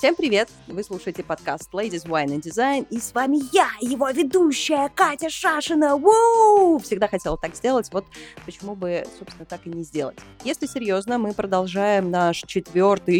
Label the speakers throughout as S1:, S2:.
S1: Всем привет! Вы слушаете подкаст Ladies Wine and Design, и с вами я, его ведущая Катя Шашина. Уу! Всегда хотела так сделать, вот почему бы, собственно, так и не сделать. Если серьезно, мы продолжаем наш четвертый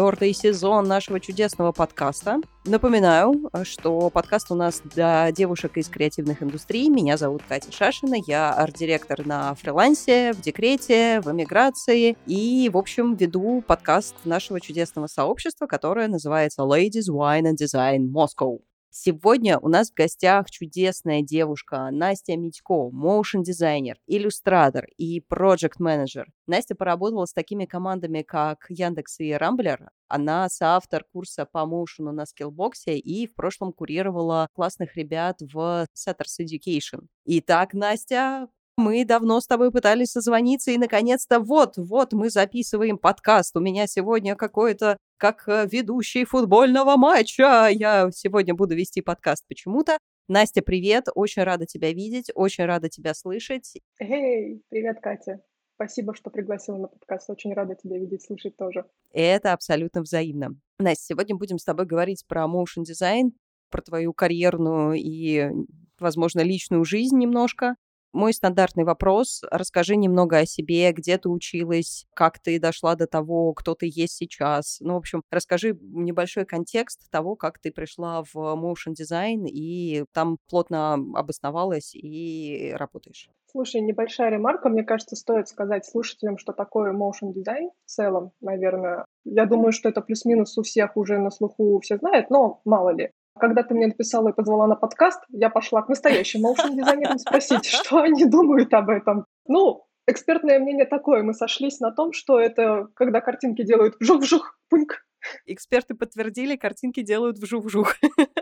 S1: сезон нашего чудесного подкаста. Напоминаю, что подкаст у нас для девушек из креативных индустрий. Меня зовут Катя Шашина, я арт-директор на фрилансе, в декрете, в эмиграции и, в общем, веду подкаст нашего чудесного сообщества, которое называется Ladies Wine and Design Moscow. Сегодня у нас в гостях чудесная девушка Настя Митько, моушн-дизайнер, иллюстратор и проект-менеджер. Настя поработала с такими командами, как Яндекс и Рамблер. Она соавтор курса по моушену на Skillbox и в прошлом курировала классных ребят в Setters Education. Итак, Настя, мы давно с тобой пытались созвониться, и, наконец-то, вот мы записываем подкаст. У меня сегодня какое-то, как ведущий футбольного матча, я сегодня буду вести подкаст почему-то. Настя, привет, очень рада тебя видеть, очень рада тебя слышать.
S2: Привет, Катя. Спасибо, что пригласила на подкаст. Очень рада тебя видеть, слышать тоже.
S1: Это абсолютно взаимно. Настя, сегодня будем с тобой говорить про моушн дизайн, про твою карьерную и, возможно, личную жизнь немножко. Мой стандартный вопрос. Расскажи немного о себе, где ты училась, как ты дошла до того, кто ты есть сейчас. Ну, в общем, расскажи небольшой контекст того, как ты пришла в motion дизайн и там плотно обосновалась и работаешь.
S2: Слушай, небольшая ремарка. Мне кажется, стоит сказать слушателям, что такое motion дизайн в целом, наверное. Я думаю, что это плюс-минус у всех уже на слуху все знают, но мало ли. Когда ты мне написала и позвала на подкаст, я пошла к настоящим моушн-дизайнерам спросить, что они думают об этом. Ну, экспертное мнение такое. Мы сошлись на том, что это когда картинки делают вжух-вжух, пуньк.
S1: Эксперты подтвердили, картинки делают вжух-вжух.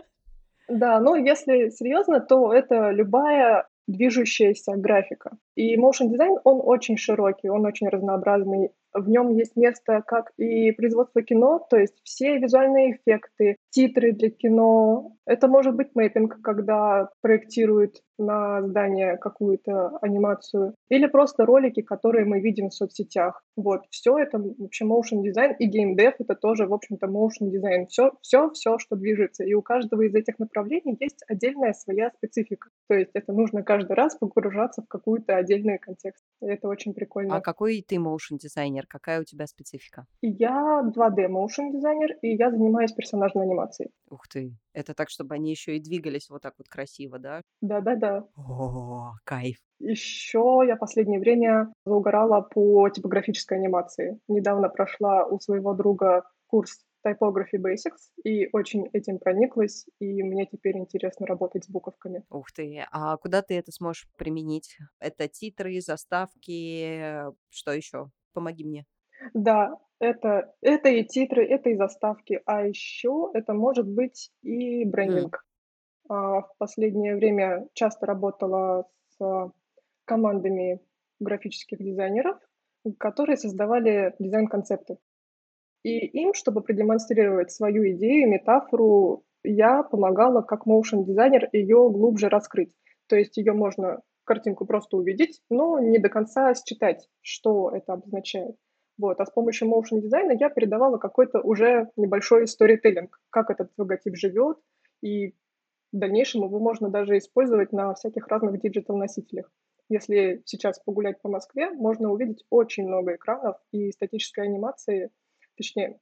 S2: Да, но если серьезно, то это любая движущаяся графика. И motion дизайн, он очень широкий, он очень разнообразный. В нем есть место как и производство кино, то есть все визуальные эффекты, титры для кино. Это может быть мэппинг, когда проектируют на здание какую-то анимацию, или просто ролики, которые мы видим в соцсетях. Вот, все это вообще motion дизайн, и геймдев — это тоже, в общем-то, motion дизайн. Все, что движется. И у каждого из этих направлений есть отдельная своя специфика. То есть это нужно каждый раз погружаться в какой-то отдельный контекст. И это очень прикольно.
S1: А какой ты моушн-дизайнер? Какая у тебя специфика?
S2: Я 2D motion дизайнер, и я занимаюсь персонажной анимацией.
S1: Ух ты, это так, чтобы они еще и двигались вот так вот красиво, да?
S2: Да-да-да.
S1: О, кайф.
S2: Еще я последнее время заугорала по типографической анимации. Недавно прошла у своего друга курс Typography Basics и очень этим прониклась, и мне теперь интересно работать с буковками.
S1: Ух ты, а куда ты это сможешь применить? Это титры, заставки, что еще? Помоги мне.
S2: Да, это и титры, это и заставки, а еще это может быть и брендинг. В последнее время часто работала с командами графических дизайнеров, которые создавали дизайн-концепты. И им, чтобы продемонстрировать свою идею, метафору, я помогала как моушн-дизайнер ее глубже раскрыть. То есть ее можно, картинку просто увидеть, но не до конца считать, что это обозначает. Вот. А с помощью моушн-дизайна я передавала какой-то уже небольшой сторителлинг, как этот логотип живет, и в дальнейшем его можно даже использовать на всяких разных диджитал-носителях. Если сейчас погулять по Москве, можно увидеть очень много экранов и статической анимации, точнее,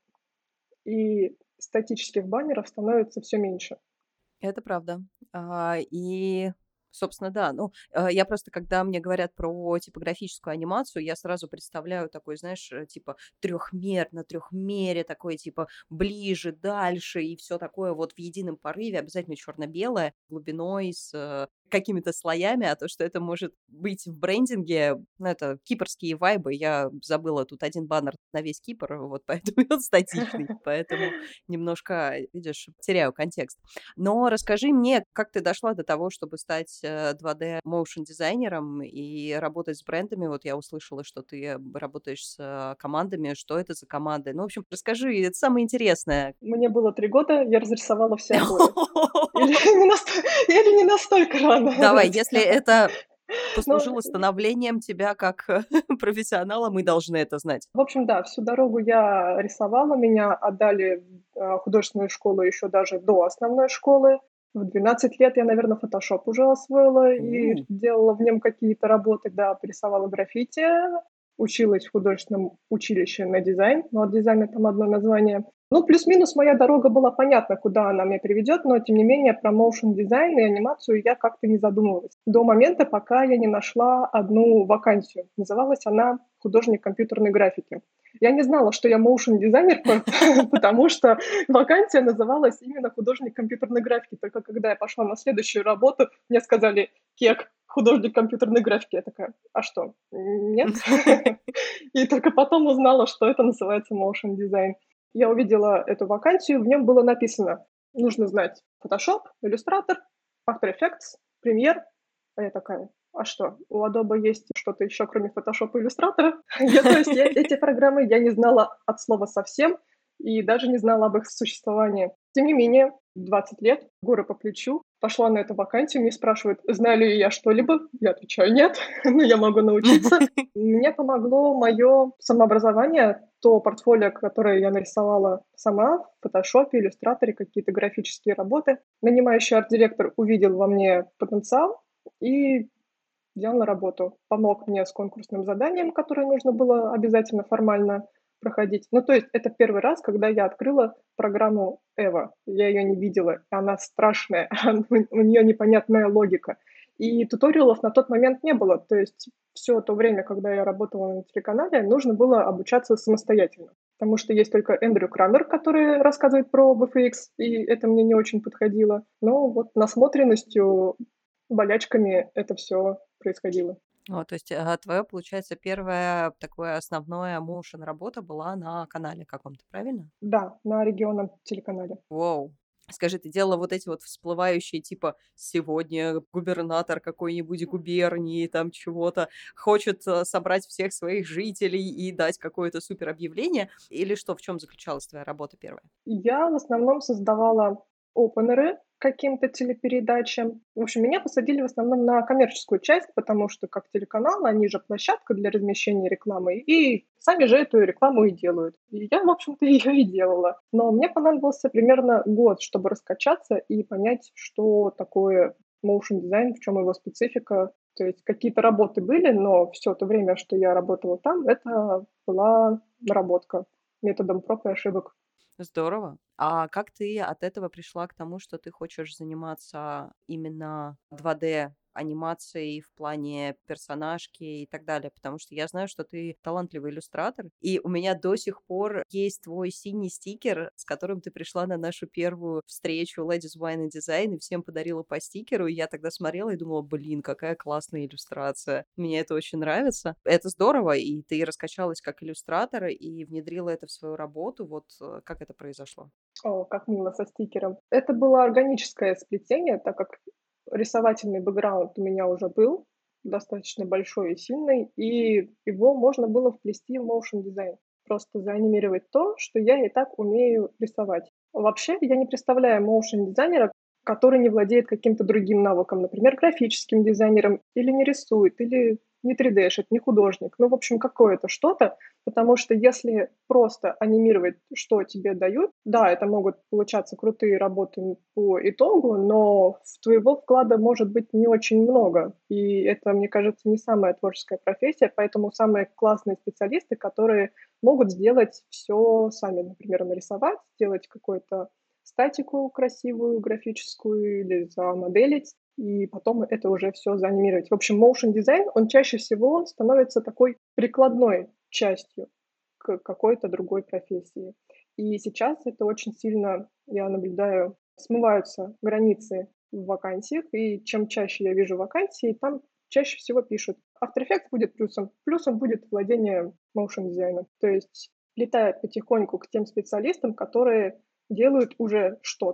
S2: и статических баннеров становится все меньше.
S1: Это правда. И, собственно, да. Ну, я просто, когда мне говорят про типографическую анимацию, я сразу представляю такой, знаешь, типа на трехмере, такой типа ближе, дальше и все такое вот в едином порыве, обязательно черно-белое, глубиной с какими-то слоями, а то, что это может быть в брендинге, ну, это кипрские вайбы. Я забыла, тут один баннер на весь Кипр, вот поэтому он статичный, поэтому немножко, видишь, теряю контекст. Но расскажи мне, как ты дошла до того, чтобы стать 2D motion дизайнером и работать с брендами. Вот я услышала, что ты работаешь с командами. Что это за команды? Ну, в общем, расскажи, это самое интересное.
S2: Мне было 3 года, я разрисовала все обои. Или не настолько рано.
S1: Давай, если это
S2: Но,
S1: послужило становлением тебя как профессионала, мы должны это знать.
S2: в общем, да, всю дорогу я рисовала, меня отдали художественную школу еще даже до основной школы. В 12 лет я, наверное, Photoshop уже освоила и делала в нем какие-то работы, да, рисовала граффити, училась в художественном училище на дизайн, но от дизайна там одно название. Ну, плюс-минус моя дорога была понятна, куда она меня приведет, но, тем не менее, про моушен дизайн и анимацию я как-то не задумывалась. До момента, пока я не нашла одну вакансию. Называлась она «Художник компьютерной графики». Я не знала, что я моушен-дизайнер, потому что вакансия называлась именно «Художник компьютерной графики». Только когда я пошла на следующую работу, мне сказали: «Кек, художник компьютерной графики». Я такая: «А что, нет?» И только потом узнала, что это называется моушен-дизайн. Я увидела эту вакансию, в нем было написано: нужно знать Photoshop, Illustrator, After Effects, Premiere. А я такая: а что, у Adobe есть что-то еще, кроме Photoshop и Illustrator? То есть эти программы я не знала от слова совсем и даже не знала об их существовании. Тем не менее, 20 лет, горы по плечу, пошла на эту вакансию, мне спрашивают, знаю ли я что-либо. Я отвечаю: нет, но я могу научиться. Мне помогло мое самообразование, то портфолио, которое я нарисовала сама в Photoshop, Illustrator, какие-то графические работы. Нанимающий арт-директор увидел во мне потенциал и взял на работу. Помог мне с конкурсным заданием, которое нужно было обязательно формально проходить. Ну, то есть это первый раз, когда я открыла программу Эва. Я ее не видела, она страшная, у нее непонятная логика. И туториалов на тот момент не было. То есть все то время, когда я работала на телеканале, нужно было обучаться самостоятельно. Потому что есть только Эндрю Крамер, который рассказывает про VFX, и это мне не очень подходило. Но вот насмотренностью, болячками это все происходило.
S1: То есть твое, получается, первое такое основное моушен работа была на канале каком-то, правильно?
S2: Да, на региональном телеканале.
S1: Воу. Скажи, ты делала вот эти вот всплывающие, типа, сегодня губернатор какой-нибудь губернии, там чего-то, хочет собрать всех своих жителей и дать какое-то супер объявление? Или что, в чем заключалась твоя работа первая?
S2: Я в основном создавала опенеры к каким-то телепередачам. В общем, меня посадили в основном на коммерческую часть, потому что как телеканал, они же площадка для размещения рекламы, и сами же эту рекламу и делают. И я, в общем-то, ее и делала. Но мне понадобился примерно год, чтобы раскачаться и понять, что такое motion дизайн, в чем его специфика. То есть какие-то работы были, но все то время, что я работала там, это была наработка методом проб и ошибок.
S1: Здорово. А как ты от этого пришла к тому, что ты хочешь заниматься именно 2D анимацией в плане персонажки и так далее? Потому что я знаю, что ты талантливый иллюстратор, и у меня до сих пор есть твой синий стикер, с которым ты пришла на нашу первую встречу Ladies Wine and Design и всем подарила по стикеру, и я тогда смотрела и думала, блин, какая классная иллюстрация. Мне это очень нравится. Это здорово, и ты раскачалась как иллюстратор и внедрила это в свою работу. Вот как это произошло?
S2: О, как мило со стикером. Это было органическое сплетение, так как рисовательный бэкграунд у меня уже был, достаточно большой и сильный, и его можно было вплести в motion дизайн. Просто заанимировать то, что я и так умею рисовать. Вообще, я не представляю motion дизайнера, который не владеет каким-то другим навыком, например, графическим дизайнером, или не рисует, или не 3D-шит, не художник. Ну, в общем, какое-то что-то, потому что если просто анимировать, что тебе дают, да, это могут получаться крутые работы по итогу, но твоего вклада может быть не очень много. И это, мне кажется, не самая творческая профессия, поэтому самые классные специалисты, которые могут сделать все сами, например, нарисовать, сделать какую-то статику красивую, графическую или замоделить, и потом это уже все заанимировать. В общем, motion дизайн, он чаще всего становится такой прикладной частью к какой-то другой профессии. И сейчас это очень сильно, я наблюдаю, смываются границы в вакансиях, и чем чаще я вижу вакансии, там чаще всего пишут: After Effects будет плюсом, плюсом будет владение motion дизайном. То есть летает потихоньку к тем специалистам, которые делают уже что-то,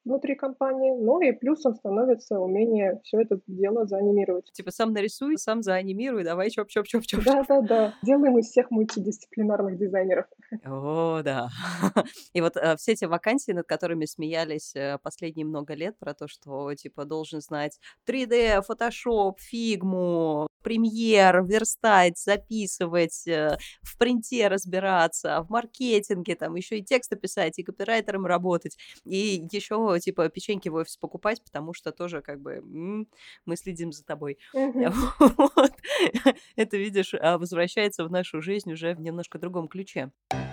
S2: внутри компании, но и плюсом становится умение все это дело заанимировать.
S1: Типа сам нарисуй, сам заанимируй, давай чоп-чоп-чоп-чоп-чоп.
S2: Да-да-да, делаем из всех мультидисциплинарных дизайнеров.
S1: О да. И вот, все эти вакансии, над которыми смеялись, последние много лет, про то, что, типа, должен знать 3D, Photoshop, Figma, Premiere, верстать, записывать, в принте разбираться, в маркетинге, там еще и тексты писать, и копирайтером работать, и еще, типа, печеньки в офис покупать, потому что тоже как бы, мы следим за тобой.
S2: Мгм.
S1: Вот. Это, видишь, возвращается в нашу жизнь уже в немножко другом ключе.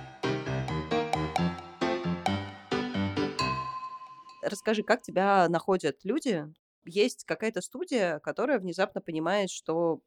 S1: Расскажи, как тебя находят люди? Есть какая-то студия, которая внезапно понимает, что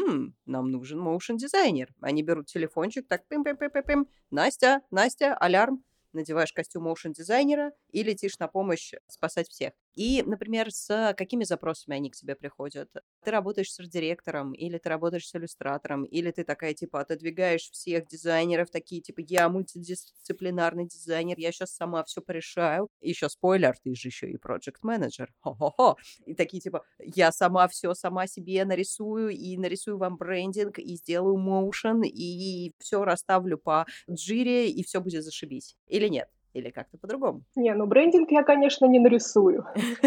S1: нам нужен моушн-дизайнер. Они берут телефончик, так пим-пим-пим-пим-пим. Настя, Настя, алярм. Надеваешь костюм моушн-дизайнера и летишь на помощь спасать всех. И, например, с какими запросами они к тебе приходят? Ты работаешь с арт-директором, или ты работаешь с иллюстратором, или ты такая, типа, отодвигаешь всех дизайнеров, такие, типа, я мультидисциплинарный дизайнер, я сейчас сама все порешаю. Еще спойлер, ты же еще и проект-менеджер. Хо-хо-хо. И такие, типа, я сама все сама себе нарисую, и нарисую вам брендинг, и сделаю моушен, и все расставлю по джире, и все будет зашибись. Или нет? Или как-то по-другому?
S2: Не, ну брендинг я, конечно, не нарисую.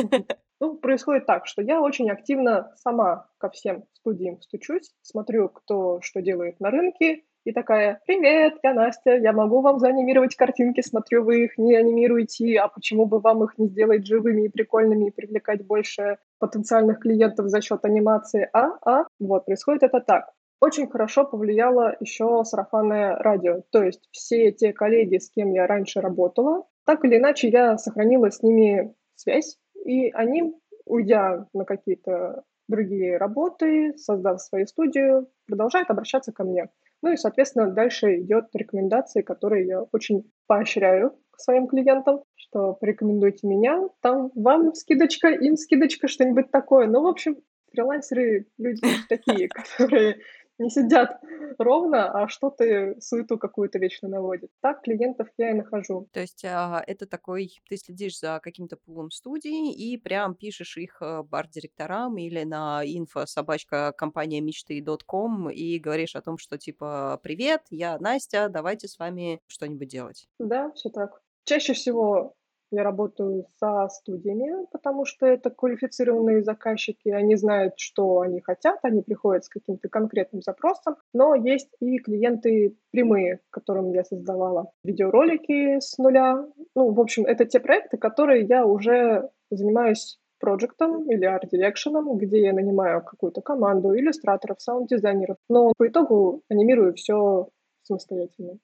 S2: Ну, происходит так, что я очень активно сама ко всем студиям стучусь, смотрю, кто что делает на рынке, и такая: «Привет, я Настя, я могу вам заанимировать картинки, смотрю, вы их не анимируете, а почему бы вам их не сделать живыми и прикольными и привлекать больше потенциальных клиентов за счет анимации?» Вот, происходит это так. Очень хорошо повлияло еще сарафанное радио. То есть все те коллеги, с кем я раньше работала, так или иначе я сохранила с ними связь, и они, уйдя на какие-то другие работы, создав свою студию, продолжают обращаться ко мне. Ну и, соответственно, дальше идет рекомендации, которые я очень поощряю к своим клиентам, что порекомендуйте меня, там вам скидочка, им скидочка, что-нибудь такое. Ну, в общем, фрилансеры люди такие, которые не сидят ровно, а что-то, суету какую-то вечно наводят. Так клиентов я и нахожу.
S1: То есть, это такой, ты следишь за каким-то пулом студий и прям пишешь их бар-директорам или на info собачка компания мечты.ком и говоришь о том, что типа привет, я Настя, давайте с вами что-нибудь делать.
S2: Да, все так. Чаще всего я работаю со студиями, потому что это квалифицированные заказчики, они знают, что они хотят, они приходят с каким-то конкретным запросом. Но есть и клиенты прямые, которым я создавала видеоролики с нуля. Ну, в общем, это те проекты, которые я уже занимаюсь проектом или арт-дирекшеном, где я нанимаю какую-то команду иллюстраторов, саунд-дизайнеров, но по итогу анимирую все самостоятельно.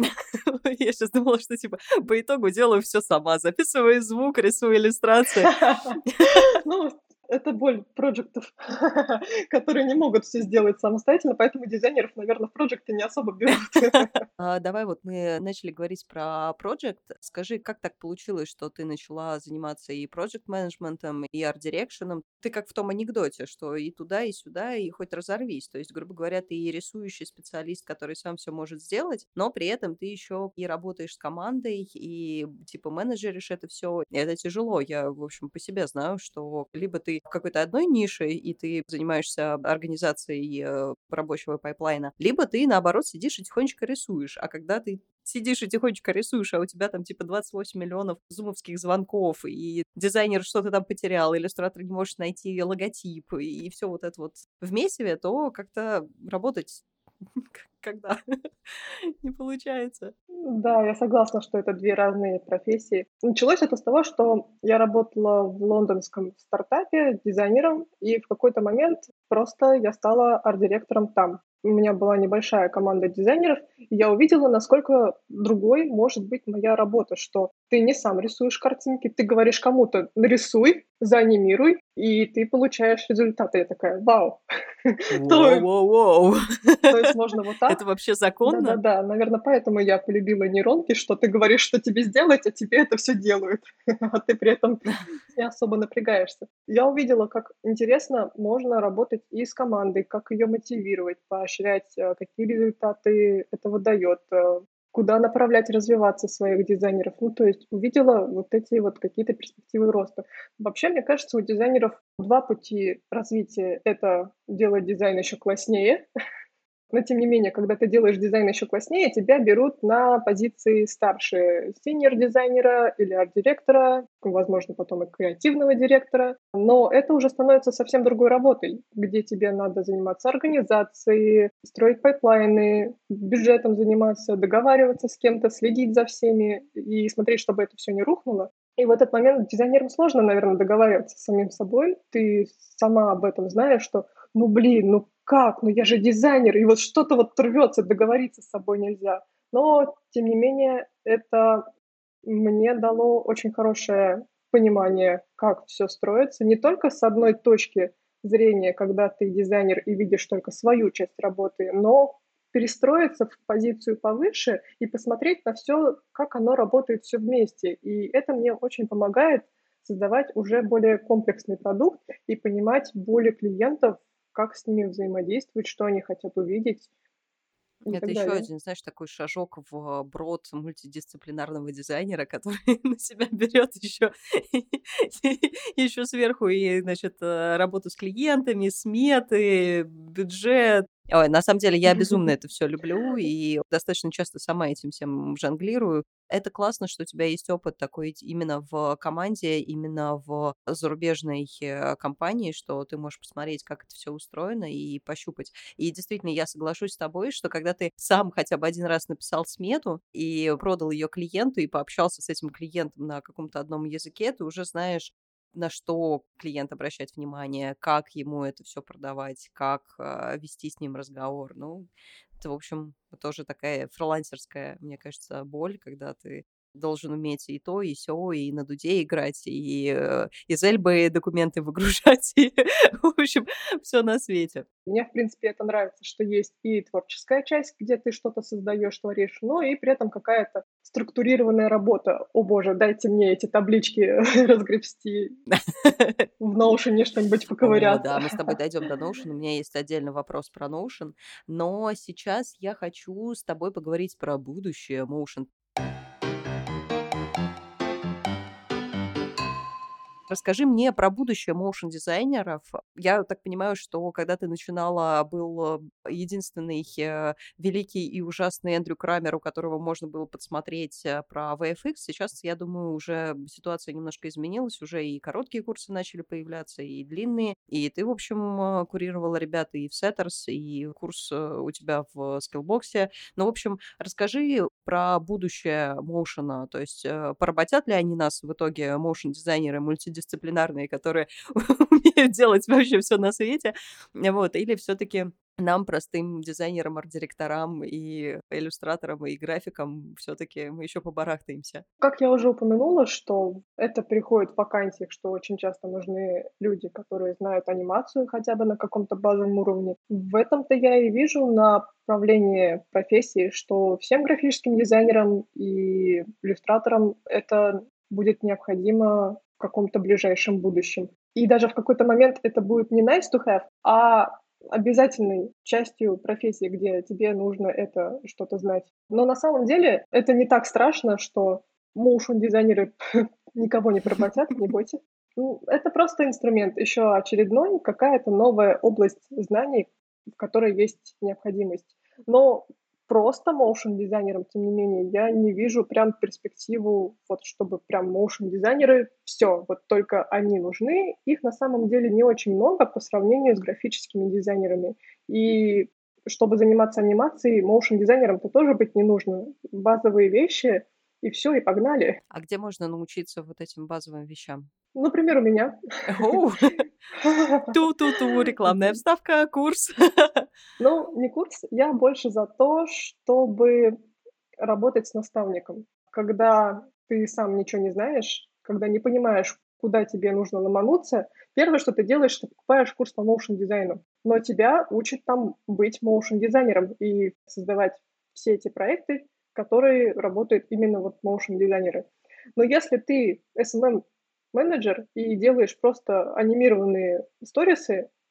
S1: Я сейчас думала, что типа по итогу делаю все сама, записываю звук, рисую иллюстрации.
S2: Ну, это боль проектов, которые не могут все сделать самостоятельно, поэтому дизайнеров, наверное, в проекты не особо берут.
S1: Давай вот мы начали говорить про проект. Скажи, как так получилось, что ты начала заниматься и проект-менеджментом, и арт-дирекшеном? Ты как в том анекдоте, что и туда, и сюда, и хоть разорвись. То есть, грубо говоря, ты и рисующий специалист, который сам все может сделать, но при этом ты еще и работаешь с командой, и типа менеджеришь это все. Это тяжело. Я, в общем, по себе знаю, что либо ты в какой-то одной нише, и ты занимаешься организацией рабочего пайплайна, либо ты, наоборот, сидишь и тихонечко рисуешь. А когда ты сидишь и тихонечко рисуешь, а у тебя там типа 28 миллионов зумовских звонков, и дизайнер что-то там потерял, иллюстратор не может найти логотип, и все вот это вот в месиве, то как-то работать когда не получается.
S2: Да, я согласна, что это 2 разные профессии. Началось это с того, что я работала в лондонском стартапе дизайнером, и в какой-то момент просто я стала арт-директором там. У меня была небольшая команда дизайнеров, и я увидела, насколько другой может быть моя работа, что ты не сам рисуешь картинки, ты говоришь кому-то: «Нарисуй, заанимируй», и ты получаешь результаты. Я такая: «Вау!» То
S1: Воу-воу-воу!
S2: то есть можно вот так.
S1: Это вообще законно?
S2: Да-да-да, наверно, поэтому я полюбила нейронки, что ты говоришь, что тебе сделать, а тебе это все делают, а ты при этом не особо напрягаешься. Я увидела, как интересно можно работать и с командой, как ее мотивировать, поощрять, какие результаты это выдает. куда направлять, развиваться своих дизайнеров. Ну, то есть увидела вот эти вот какие-то перспективы роста. Вообще, мне кажется, у дизайнеров 2 пути развития. Это делать дизайн еще класснее, но тем не менее, когда ты делаешь дизайн еще класснее, тебя берут на позиции старше синьор-дизайнера или арт-директора, возможно, потом и креативного директора. Но это уже становится совсем другой работой, где тебе надо заниматься организацией, строить пайплайны, бюджетом заниматься, договариваться с кем-то, следить за всеми и смотреть, чтобы это все не рухнуло. И в этот момент дизайнерам сложно, наверное, договариваться с самим собой. Ты сама об этом знаешь, что ну блин, ну как? Ну я же дизайнер, и вот что-то вот рвется, договориться с собой нельзя. Но, тем не менее, это мне дало очень хорошее понимание, как все строится. Не только с одной точки зрения, когда ты дизайнер и видишь только свою часть работы, но перестроиться в позицию повыше и посмотреть на все, как оно работает все вместе. И это мне очень помогает создавать уже более комплексный продукт и понимать боли клиентов, как с ними взаимодействовать, что они хотят увидеть и
S1: Это
S2: так
S1: еще
S2: далее.
S1: один, знаешь, такой шажок в брод мультидисциплинарного дизайнера, который на себя берет еще сверху и, значит, работу с клиентами, сметы, бюджет. Ой, на самом деле я безумно это все люблю и достаточно часто сама этим всем жонглирую. Это классно, что у тебя есть опыт такой именно в команде, именно в зарубежной компании, что ты можешь посмотреть, как это все устроено и пощупать. И действительно, я соглашусь с тобой, что когда ты сам хотя бы один раз написал смету и продал ее клиенту, и пообщался с этим клиентом на каком-то одном языке, ты уже знаешь, на что клиент обращать внимание, как ему это все продавать, как вести с ним разговор. Ну, это, в общем, тоже такая фрилансерская, мне кажется, боль, когда ты должен уметь и то, и сё, и на дуде играть, и из Эльбы документы выгружать, и, в общем, все на свете.
S2: Мне, в принципе, это нравится, что есть и творческая часть, где ты что-то создаешь, творишь, но и при этом какая-то структурированная работа. О боже, дайте мне эти таблички разгребсти, в Notion что-нибудь
S1: О
S2: поковыряться.
S1: да, мы с тобой дойдем до Notion. У меня есть отдельный вопрос про Notion, но сейчас я хочу с тобой поговорить про будущее Motion. Расскажи мне про будущее моушн-дизайнеров. Я так понимаю, что когда ты начинала, был единственный великий и ужасный Эндрю Крамер, у которого можно было подсмотреть про VFX. Сейчас, я думаю, уже ситуация немножко изменилась, уже и короткие курсы начали появляться, и длинные. И ты, в общем, курировала ребят и в Setters, и курс у тебя в Skillbox. Ну, в общем, расскажи про будущее моушена, то есть поработят ли они нас в итоге моушн-дизайнеры мультидисциплинарные, которые умеют делать вообще все на свете, вот, или все-таки нам, простым дизайнерам, арт-директорам и иллюстраторам и графикам, все-таки мы еще побарахтаемся.
S2: Как я уже упомянула, что это приходит в вакансиях, что очень часто нужны люди, которые знают анимацию хотя бы на каком-то базовом уровне. В этом-то я и вижу направление профессии, что всем графическим дизайнерам и иллюстраторам это будет необходимо в каком-то ближайшем будущем. И даже в какой-то момент это будет не nice to have, а обязательной частью профессии, где тебе нужно это что-то знать. Но на самом деле это не так страшно, что моушн-дизайнеры никого не поработят, не бойтесь. Ну, это просто инструмент, еще очередной, какая-то новая область знаний, в которой есть необходимость. Но просто моушн-дизайнером, тем не менее, я не вижу прям перспективу, вот чтобы прям моушн-дизайнеры, все, вот только они нужны. Их на самом деле не очень много по сравнению с графическими дизайнерами. И чтобы заниматься анимацией, моушн-дизайнером-то тоже быть не нужно. Базовые вещи, и все, и погнали.
S1: А где можно научиться вот этим базовым вещам?
S2: Например, у меня.
S1: Оу! Ту-ту-ту, рекламная вставка, курс.
S2: Ну, не курс, я больше за то, чтобы работать с наставником. Когда ты сам ничего не знаешь, когда не понимаешь, куда тебе нужно ломануться, первое, что ты делаешь, ты покупаешь курс по моушн-дизайну. Но тебя учат там быть моушн-дизайнером и создавать все эти проекты, которые работают именно вот моушн-дизайнеры. Но если ты SMM-менеджер и делаешь просто анимированные сторисы,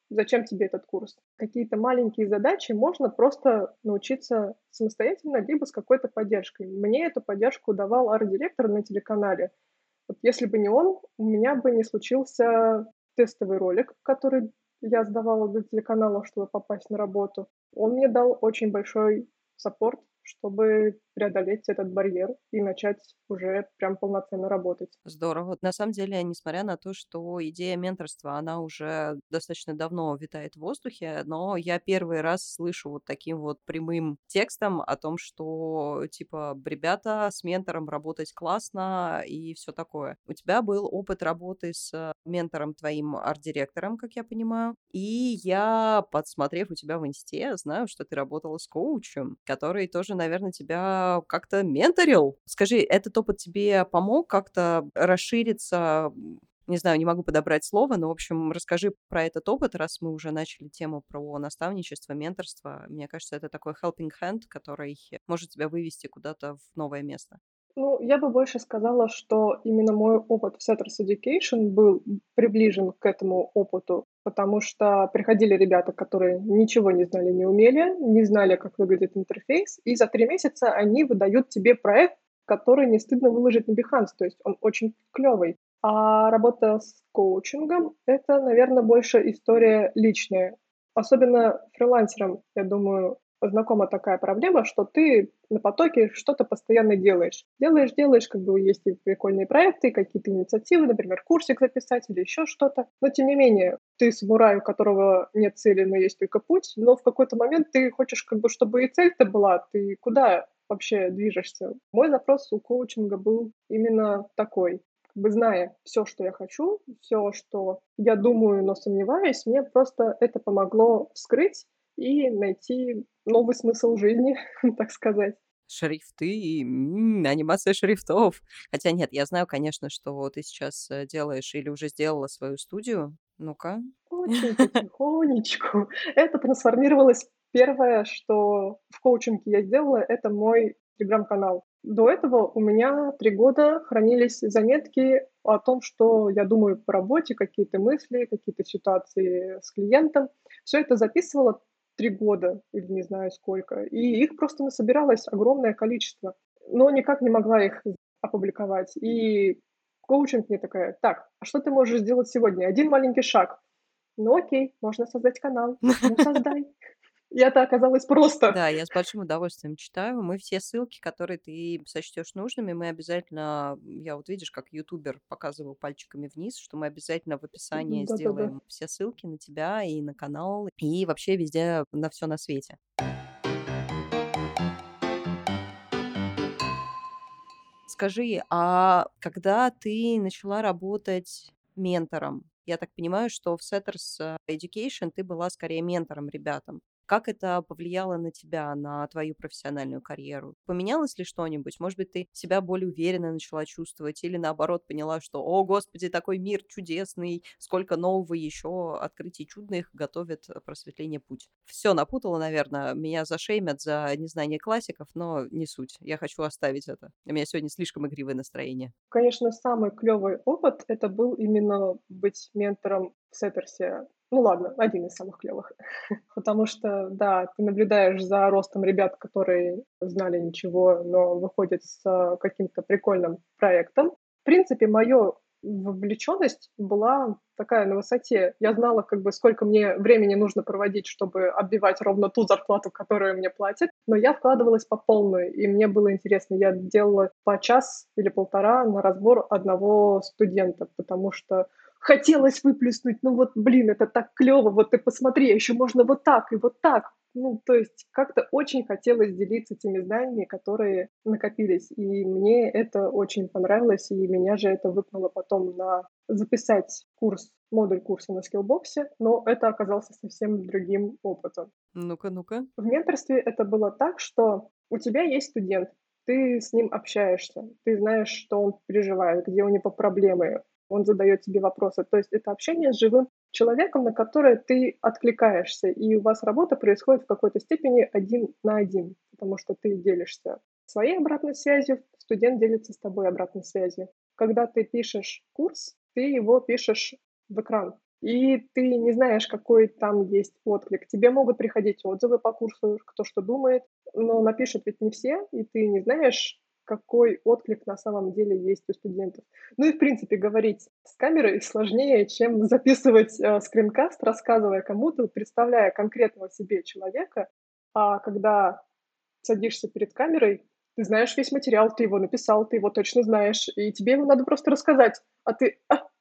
S2: зачем тебе этот курс? Какие-то маленькие задачи можно просто научиться самостоятельно, либо с какой-то поддержкой. Мне эту поддержку давал арт-директор на телеканале. Вот если бы не он, у меня бы не случился тестовый ролик, который я сдавала для телеканала, чтобы попасть на работу. Он мне дал очень большой саппорт, чтобы преодолеть этот барьер и начать уже прям полноценно работать.
S1: Здорово. На самом деле, несмотря на то, что идея менторства, она уже достаточно давно витает в воздухе, но я первый раз слышу вот таким вот прямым текстом о том, что, типа, ребята, с ментором работать классно и все такое. У тебя был опыт работы с ментором твоим арт-директором, как я понимаю, и я, подсмотрев у тебя в инсте, знаю, что ты работала с коучем, который тоже, наверное, тебя как-то менторил. Скажи, этот опыт тебе помог как-то расшириться? Не знаю, не могу подобрать слово, но, в общем, расскажи про этот опыт, раз мы уже начали тему про наставничество, менторство. Мне кажется, это такой helping hand, который может тебя вывести куда-то в новое место.
S2: Ну, я бы больше сказала, что именно мой опыт в Setters Education был приближен к этому опыту, потому что приходили ребята, которые ничего не знали, не умели, не знали, как выглядит интерфейс, и за 3 месяца они выдают тебе проект, который не стыдно выложить на Behance, то есть он очень клевый. А работа с коучингом — это, наверное, больше история личная. Особенно фрилансерам, я думаю, знакома такая проблема, что ты на потоке что-то постоянно делаешь. Делаешь, как бы есть и прикольные проекты, какие-то инициативы, например, курсик записать или еще что-то. Но тем не менее, ты самурай, у которого нет цели, но есть только путь, но в какой-то момент ты хочешь, как бы, чтобы и цель-то была, ты куда вообще движешься? Мой запрос у коучинга был именно такой. Как бы зная все, что я хочу, все, что я думаю, но сомневаюсь, мне просто это помогло вскрыть и найти новый смысл жизни, так сказать.
S1: Шрифты, анимация шрифтов. Хотя нет, я знаю, конечно, что ты сейчас делаешь или уже сделала свою студию. Ну-ка.
S2: Очень потихонечку это трансформировалось. Первое, что в коучинге я сделала, это мой телеграм-канал. До этого у меня 3 года хранились заметки о том, что я думаю по работе, какие-то мысли, какие-то ситуации с клиентом. Все это записывала 3 года или не знаю сколько, и их просто насобиралось огромное количество, но никак не могла их опубликовать. И коучинг мне такая: "Так, а что ты можешь сделать сегодня? Один маленький шаг". Ну окей, можно создать канал. Ну создай. И это оказалось просто.
S1: Да, я с большим удовольствием читаю. Мы все ссылки, которые ты сочтешь нужными, мы обязательно, я вот видишь, как ютубер показываю пальчиками вниз, что мы обязательно в описании
S2: Да-да-да.
S1: сделаем все ссылки на тебя и на канал, и вообще везде на все на свете. Скажи, а когда ты начала работать ментором, я так понимаю, что в Setters Education ты была скорее ментором ребятам. Как это повлияло на тебя, на твою профессиональную карьеру? Поменялось ли что-нибудь? Может быть, ты себя более уверенно начала чувствовать или наоборот поняла, что, о, господи, такой мир чудесный, сколько нового еще открытий чудных готовит просветление путь. Все напутала, наверное, меня зашеймят за незнание классиков, но не суть. Я хочу оставить это. У меня сегодня слишком игривое настроение.
S2: Конечно, самый клёвый опыт — это был именно быть ментором в Сеттерсе. Ну ладно, один из самых клёвых. Потому что, да, ты наблюдаешь за ростом ребят, которые знали ничего, но выходят с каким-то прикольным проектом. В принципе, моё вовлечённость была такая на высоте. Я знала, как бы, сколько мне времени нужно проводить, чтобы отбивать ровно ту зарплату, которую мне платят, но я вкладывалась по полной, и мне было интересно. Я делала по час или полтора на разбор одного студента, потому что хотелось выплеснуть: "Ну вот, блин, это так клёво, вот ты посмотри, а ещё можно вот так и вот так". Ну, то есть как-то очень хотелось делиться теми знаниями, которые накопились, и мне это очень понравилось, и меня же это выгнало потом на записать модуль курса на скиллбоксе, но это оказался совсем другим опытом.
S1: Ну-ка, ну-ка.
S2: В менторстве это было так, что у тебя есть студент, ты с ним общаешься, ты знаешь, что он переживает, где у него проблемы, он задает тебе вопросы. То есть это общение с живым человеком, на которое ты откликаешься, и у вас работа происходит в какой-то степени один на один, потому что ты делишься своей обратной связью, студент делится с тобой обратной связью. Когда ты пишешь курс, ты его пишешь в экран. и ты не знаешь, какой там есть отклик. Тебе могут приходить отзывы по курсу, кто что думает, но напишут ведь не все, и ты не знаешь, какой отклик на самом деле есть у студентов. Ну и, в принципе, говорить с камерой сложнее, чем записывать, скринкаст, рассказывая кому-то, представляя конкретного себе человека. А когда садишься перед камерой, ты знаешь весь материал, ты его написал, ты его точно знаешь, и тебе его надо просто рассказать, а ты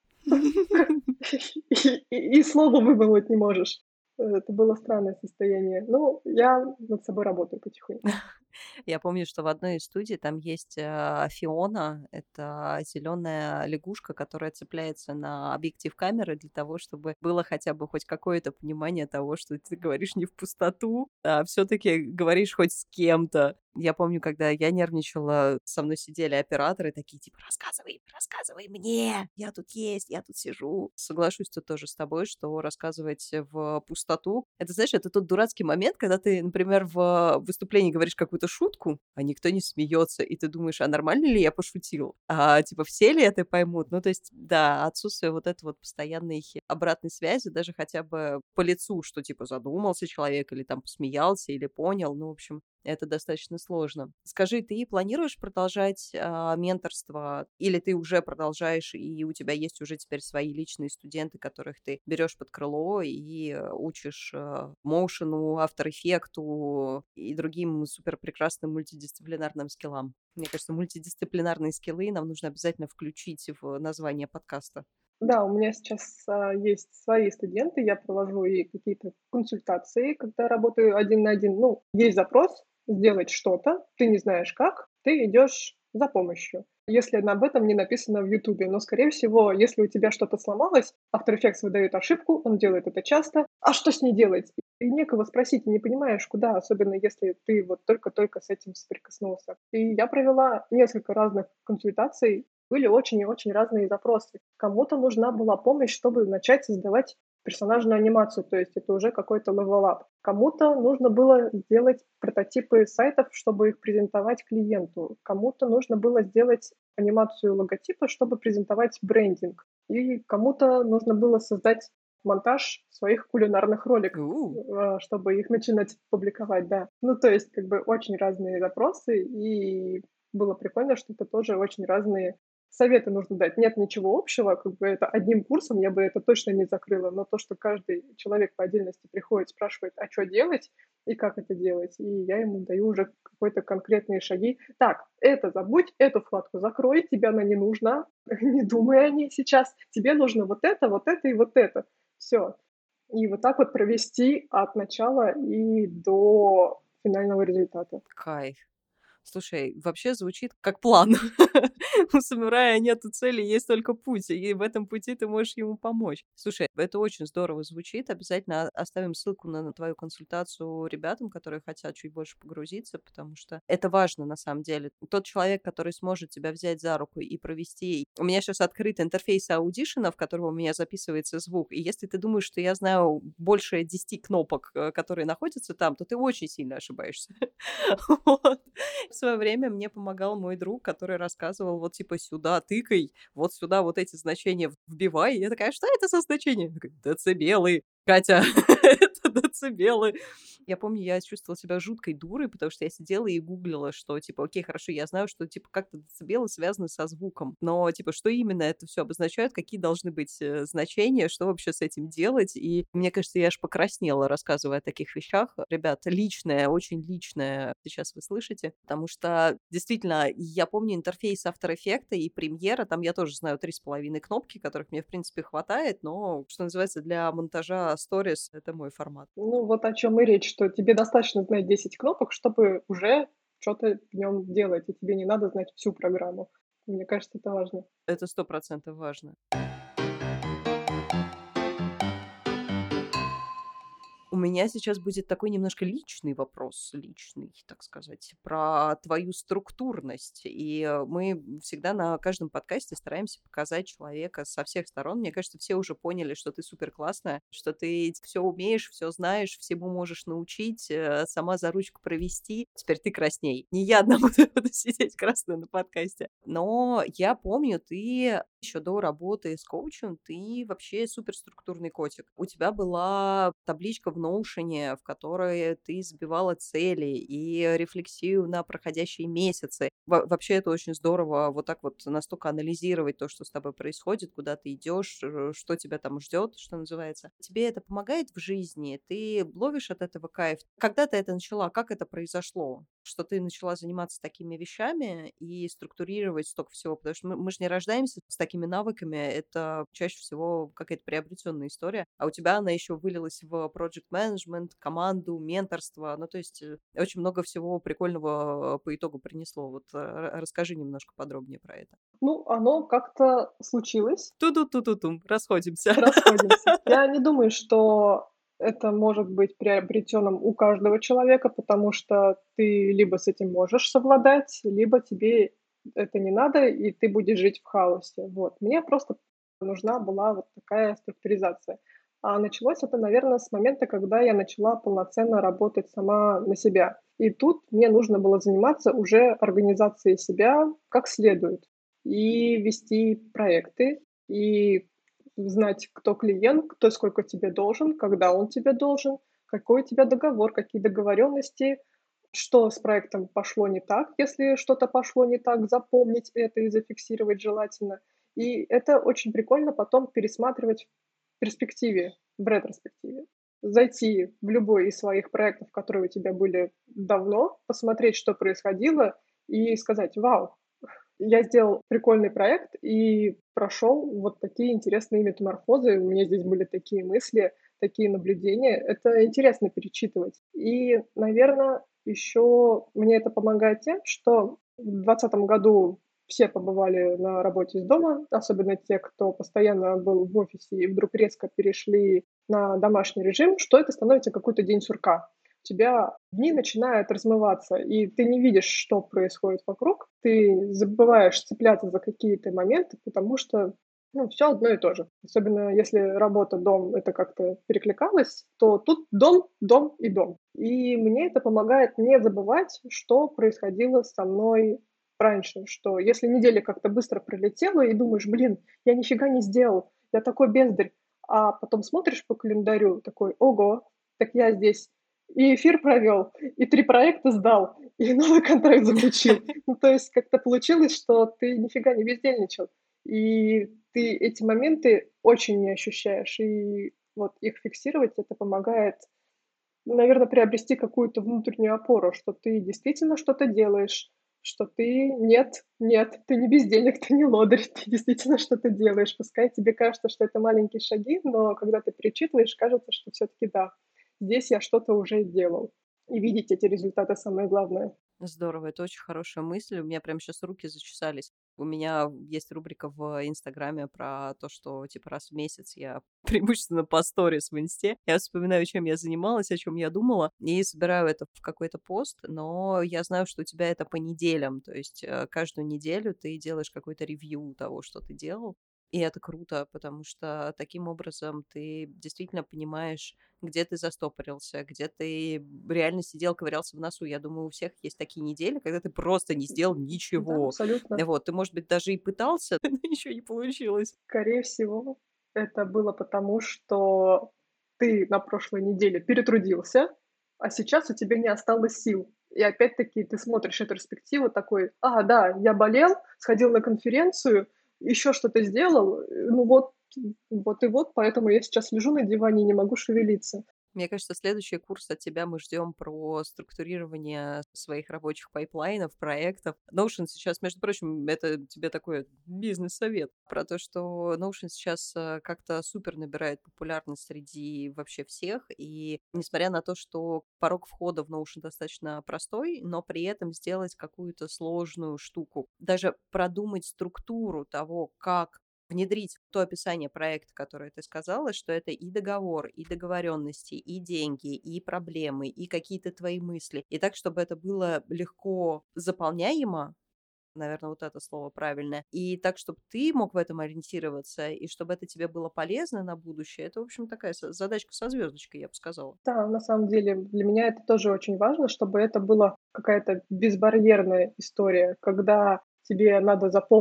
S2: и слова вымолвить не можешь. Это было странное состояние. Ну, я над собой работаю потихоньку.
S1: Я помню, что в одной из студий там есть Фиона, это зеленая лягушка, которая цепляется на объектив камеры для того, чтобы было хотя бы хоть какое-то понимание того, что ты говоришь не в пустоту, а все-таки говоришь хоть с кем-то. Я помню, когда я нервничала, со мной сидели операторы такие, типа, рассказывай, рассказывай мне, я тут есть, я тут сижу. Соглашусь тут тоже с тобой, что рассказывать в пустоту, это, знаешь, это тот дурацкий момент, когда ты, например, в выступлении говоришь какую-то шутку, а никто не смеется, и ты думаешь, а нормально ли я пошутил? А, типа, все ли это поймут? Ну, то есть, да, отсутствие вот этой вот постоянной обратной связи, даже хотя бы по лицу, что, типа, задумался человек, или там посмеялся, или понял, ну, в общем, это достаточно сложно. Скажи, ты планируешь продолжать менторство, или ты уже продолжаешь, и у тебя есть уже теперь свои личные студенты, которых ты берешь под крыло и учишь моушену, автор-эффекту и другим супер прекрасным мультидисциплинарным скиллам? Мне кажется, мультидисциплинарные скиллы нам нужно обязательно включить в название подкаста.
S2: Да, у меня сейчас, есть свои студенты, я провожу и какие-то консультации, когда работаю один на один. Ну, есть запрос сделать что-то, ты не знаешь как, ты идешь за помощью, если об этом не написано в "Ютубе". Но, скорее всего, если у тебя что-то сломалось, After Effects выдаёт ошибку, он делает это часто. А что с ней делать? И некого спросить, и не понимаешь, куда, особенно если ты вот только-только с этим соприкоснулся. И я провела несколько разных консультаций, были очень и очень разные запросы. Кому-то нужна была помощь, чтобы начать создавать персонажную анимацию, то есть это уже какой-то level up. Кому-то нужно было сделать прототипы сайтов, чтобы их презентовать клиенту. Кому-то нужно было сделать анимацию логотипа, чтобы презентовать брендинг. И кому-то нужно было создать монтаж своих кулинарных роликов, чтобы их начинать публиковать, да. Ну, то есть, как бы, очень разные запросы, и было прикольно, что это тоже очень разные советы нужно дать. Нет ничего общего, как бы это одним курсом я бы это точно не закрыла, но то, что каждый человек по отдельности приходит, спрашивает, а что делать и как это делать, и я ему даю уже какие-то конкретные шаги. Так, это забудь, эту вкладку закрой, тебе она не нужна, не думай о ней сейчас, тебе нужно вот это и вот это. Все. И вот так вот провести от начала и до финального результата.
S1: Кайф. Слушай, вообще звучит как план. У самурая нету цели, есть только путь, и в этом пути ты можешь ему помочь. Слушай, это очень здорово звучит. Обязательно оставим ссылку на твою консультацию ребятам, которые хотят чуть больше погрузиться, потому что это важно на самом деле. Тот человек, который сможет тебя взять за руку и провести. У меня сейчас открыт интерфейс аудишена, в котором у меня записывается звук, и если ты думаешь, что я знаю больше 10 кнопок, которые находятся там, то ты очень сильно ошибаешься. Вот. В свое время мне помогал мой друг, который рассказывал, вот типа сюда тыкай, вот сюда вот эти значения вбивай. И я такая, что это за значения? Он такой, децибелы. Катя, это децибелы. Я помню, я чувствовала себя жуткой дурой, потому что я сидела и гуглила, что, типа, окей, хорошо, я знаю, что, типа, как-то децибелы связаны со звуком, но, типа, что именно это все обозначает, какие должны быть значения, что вообще с этим делать, и мне кажется, я аж покраснела, рассказывая о таких вещах. Ребят, личное, очень личное сейчас вы слышите, потому что, действительно, я помню интерфейс After Effects и Premiere, там я тоже знаю 3,5 кнопки, которых мне, в принципе, хватает, но, что называется, для монтажа сторис это мой формат.
S2: Ну, вот о чем и речь, что тебе достаточно знать 10 кнопок, чтобы уже что-то в нем делать, и тебе не надо знать всю программу. Мне кажется, это важно.
S1: Это 100% важно. У меня сейчас будет такой немножко личный вопрос, личный, так сказать, про твою структурность. И мы всегда на каждом подкасте стараемся показать человека со всех сторон. Мне кажется, все уже поняли, что ты супер классная, что ты все умеешь, все знаешь, всему можешь научить, сама за ручку провести. Теперь ты красней. Не я одна буду сидеть красная на подкасте. Но я помню, ты еще до работы с коучем ты вообще суперструктурный котик. У тебя была табличка в Notion, в которой ты забивала цели и рефлексию на проходящие месяцы. Вообще это очень здорово вот так вот настолько анализировать то, что с тобой происходит, куда ты идешь, что тебя там ждет, что называется. Тебе это помогает в жизни? Ты ловишь от этого кайф? Когда ты это начала? Как это произошло? Что ты начала заниматься такими вещами и структурировать столько всего? Потому что мы же не рождаемся с такими навыками. Это чаще всего какая-то приобретенная история. А у тебя она еще вылилась в project management, команду, менторство. Ну, то есть очень много всего прикольного по итогу принесло. Вот расскажи немножко подробнее про это.
S2: Ну, оно как-то случилось.
S1: Ту-ду-ту-ту-тум, расходимся.
S2: Расходимся. Я не думаю, что это может быть приобретенным у каждого человека, потому что ты либо с этим можешь совладать, либо тебе это не надо, и ты будешь жить в хаосе. Вот. Мне просто нужна была вот такая структуризация. А началось это, наверное, с момента, когда я начала полноценно работать сама на себя. И тут мне нужно было заниматься уже организацией себя как следует. И вести проекты, и знать, кто клиент, кто сколько тебе должен, когда он тебе должен, какой у тебя договор, какие договоренности, что с проектом пошло не так, если что-то пошло не так, запомнить это и зафиксировать желательно. И это очень прикольно потом пересматривать в перспективе, в ретроспективе. Зайти в любой из своих проектов, которые у тебя были давно, посмотреть, что происходило, и сказать: «Вау, я сделал прикольный проект и прошел вот такие интересные метаморфозы. У меня здесь были такие мысли, такие наблюдения. Это интересно перечитывать. И, наверное, еще мне это помогает тем, что в 2020 году все побывали на работе из дома, особенно те, кто постоянно был в офисе и вдруг резко перешли на домашний режим, что это становится какой-то день сурка. У тебя дни начинают размываться, и ты не видишь, что происходит вокруг. Ты забываешь цепляться за какие-то моменты, потому что, ну, всё одно и то же. Особенно если работа, дом- это как-то перекликалось, то тут дом, дом и дом. И мне это помогает не забывать, что происходило со мной раньше. Что если неделя как-то быстро пролетела и думаешь: «Блин, я нифига не сделал, я такой бездарь». А потом смотришь по календарю такой: «Ого, так я здесь и эфир провел, и 3 проекта сдал, и новый контракт заключил». Ну, то есть как-то получилось, что ты нифига не бездельничал, и ты эти моменты очень не ощущаешь. И вот их фиксировать- это помогает, наверно, приобрести какую-то внутреннюю опору, что ты действительно что-то делаешь, что ты нет, ты не бездельник, ты не лодырь, ты действительно что-то делаешь. Пускай тебе кажется, что это маленькие шаги, но когда ты перечитываешь, кажется, что всё-таки да, здесь я что-то уже делал. И видеть эти результаты- самое главное.
S1: Здорово, это очень хорошая мысль. У меня прям сейчас руки зачесались. У меня есть рубрика в Инстаграме про то, что типа раз в месяц я преимущественно по сторис в Инсте. Я вспоминаю, чем я занималась, о чем я думала, и собираю это в какой-то пост, но я знаю, что у тебя это по неделям, то есть каждую неделю ты делаешь какой-то ревью того, что ты делал. И это круто, потому что таким образом ты действительно понимаешь, где ты застопорился, где ты реально сидел, ковырялся в носу. Я думаю, у всех есть такие недели, когда ты просто не сделал
S2: Да,
S1: ничего.
S2: абсолютно.
S1: Вот, ты, может быть, даже и пытался, но ничего не получилось.
S2: Скорее всего, это было потому, что ты на прошлой неделе перетрудился, а сейчас у тебя не осталось сил. И опять-таки ты смотришь ретроспективу такой: «А, да, я болел, сходил на конференцию, еще что-то сделал, ну вот и вот, поэтому я сейчас лежу на диване и не могу шевелиться».
S1: Мне кажется, следующий курс от тебя мы ждем про структурирование своих рабочих пайплайнов, проектов. Notion сейчас, между прочим, это тебе такой бизнес-совет про то, что Notion сейчас как-то супер набирает популярность среди вообще всех. И несмотря на то, что порог входа в Notion достаточно простой, но при этом сделать какую-то сложную штуку, даже продумать структуру того, как внедрить то описание проекта, которое ты сказала, что это и договор, и договоренности, и деньги, и проблемы, и какие-то твои мысли. И так, чтобы это было легко заполняемо, наверное, вот это слово правильное, и так, чтобы ты мог в этом ориентироваться, и чтобы это тебе было полезно на будущее, это, в общем, такая задачка со звездочкой, я бы сказала.
S2: Да, на самом деле для меня это тоже очень важно, чтобы это была какая-то безбарьерная история, когда тебе надо заполнить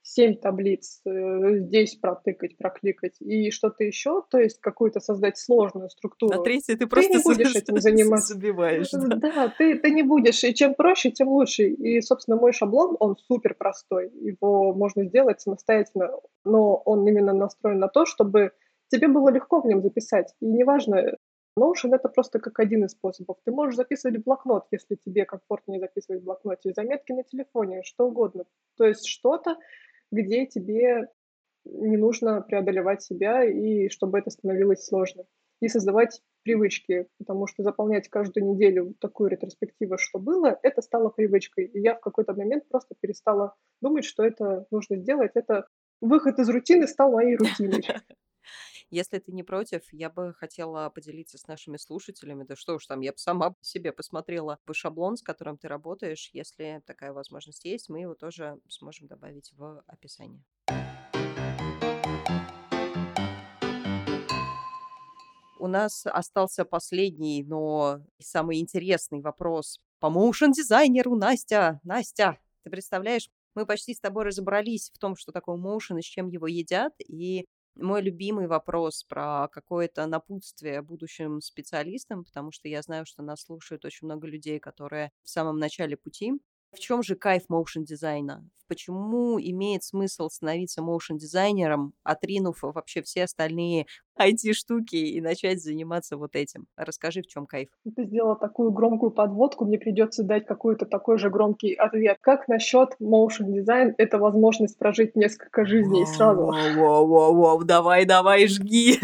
S2: 7 таблиц, здесь протыкать, прокликать и что-то еще, то есть какую-то создать сложную
S1: На
S2: структуру,
S1: третье ты
S2: ты
S1: просто
S2: не будешь этим заниматься.
S1: забиваешь, да.
S2: Да, ты не будешь. И чем проще, тем лучше. И, собственно, мой шаблон, он супер простой. Его можно сделать самостоятельно, но он именно настроен на то, чтобы тебе было легко в нем записать. И неважно, Notion — это просто как один из способов. Ты можешь записывать в блокнот, если тебе комфортнее записывать в блокноте, заметки на телефоне, что угодно. То есть что-то, где тебе не нужно преодолевать себя, и чтобы это становилось сложно. И создавать привычки, потому что заполнять каждую неделю вот такую ретроспективу, что было, это стало привычкой. И я в какой-то момент просто перестала думать, что это нужно сделать. Это выход из рутины стал моей рутиной.
S1: Если ты не против, я бы хотела поделиться с нашими слушателями. Да что уж там, я б сама по себе посмотрела бы шаблон, с которым ты работаешь. Если такая возможность есть, мы его тоже сможем добавить в описание. У нас остался последний, но самый интересный вопрос по моушн-дизайнеру. Настя, Настя, ты представляешь, мы почти с тобой разобрались в том, что такое моушен и с чем его едят. И мой любимый вопрос про какое-то напутствие будущим специалистам, потому что я знаю, что нас слушают очень много людей, которые в самом начале пути. В чем же кайф моушн-дизайна? Почему имеет смысл становиться моушн-дизайнером, отринув вообще все остальные IT-штуки и начать заниматься вот этим? Расскажи, в чем кайф.
S2: Ты сделала такую громкую подводку, мне придется дать какой-то такой же громкий ответ. Как насчет motion дизайн? Это возможность прожить несколько жизней
S1: Вау,
S2: сразу.
S1: вау, вау, вау, вау, давай, давай, жги.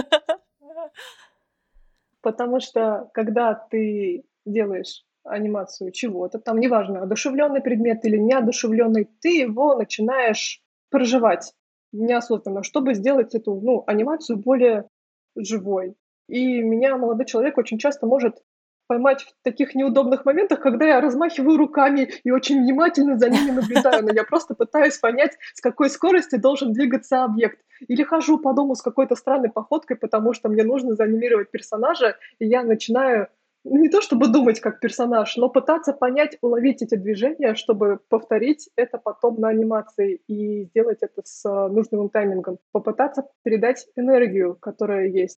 S2: Потому что когда ты делаешь анимацию чего-то, там неважно, одушевленный предмет или неодушевленный, ты его начинаешь проживать неосознанно, чтобы сделать эту, ну, анимацию более живой. И меня молодой человек очень часто может поймать в таких неудобных моментах, когда я размахиваю руками и очень внимательно за ними наблюдаю, но я просто пытаюсь понять, с какой скоростью должен двигаться объект. Или хожу по дому с какой-то странной походкой, потому что мне нужно заанимировать персонажа, и я начинаю не то чтобы думать как персонаж, но пытаться понять, уловить эти движения, чтобы повторить это потом на анимации и сделать это с нужным им таймингом. Попытаться передать энергию, которая есть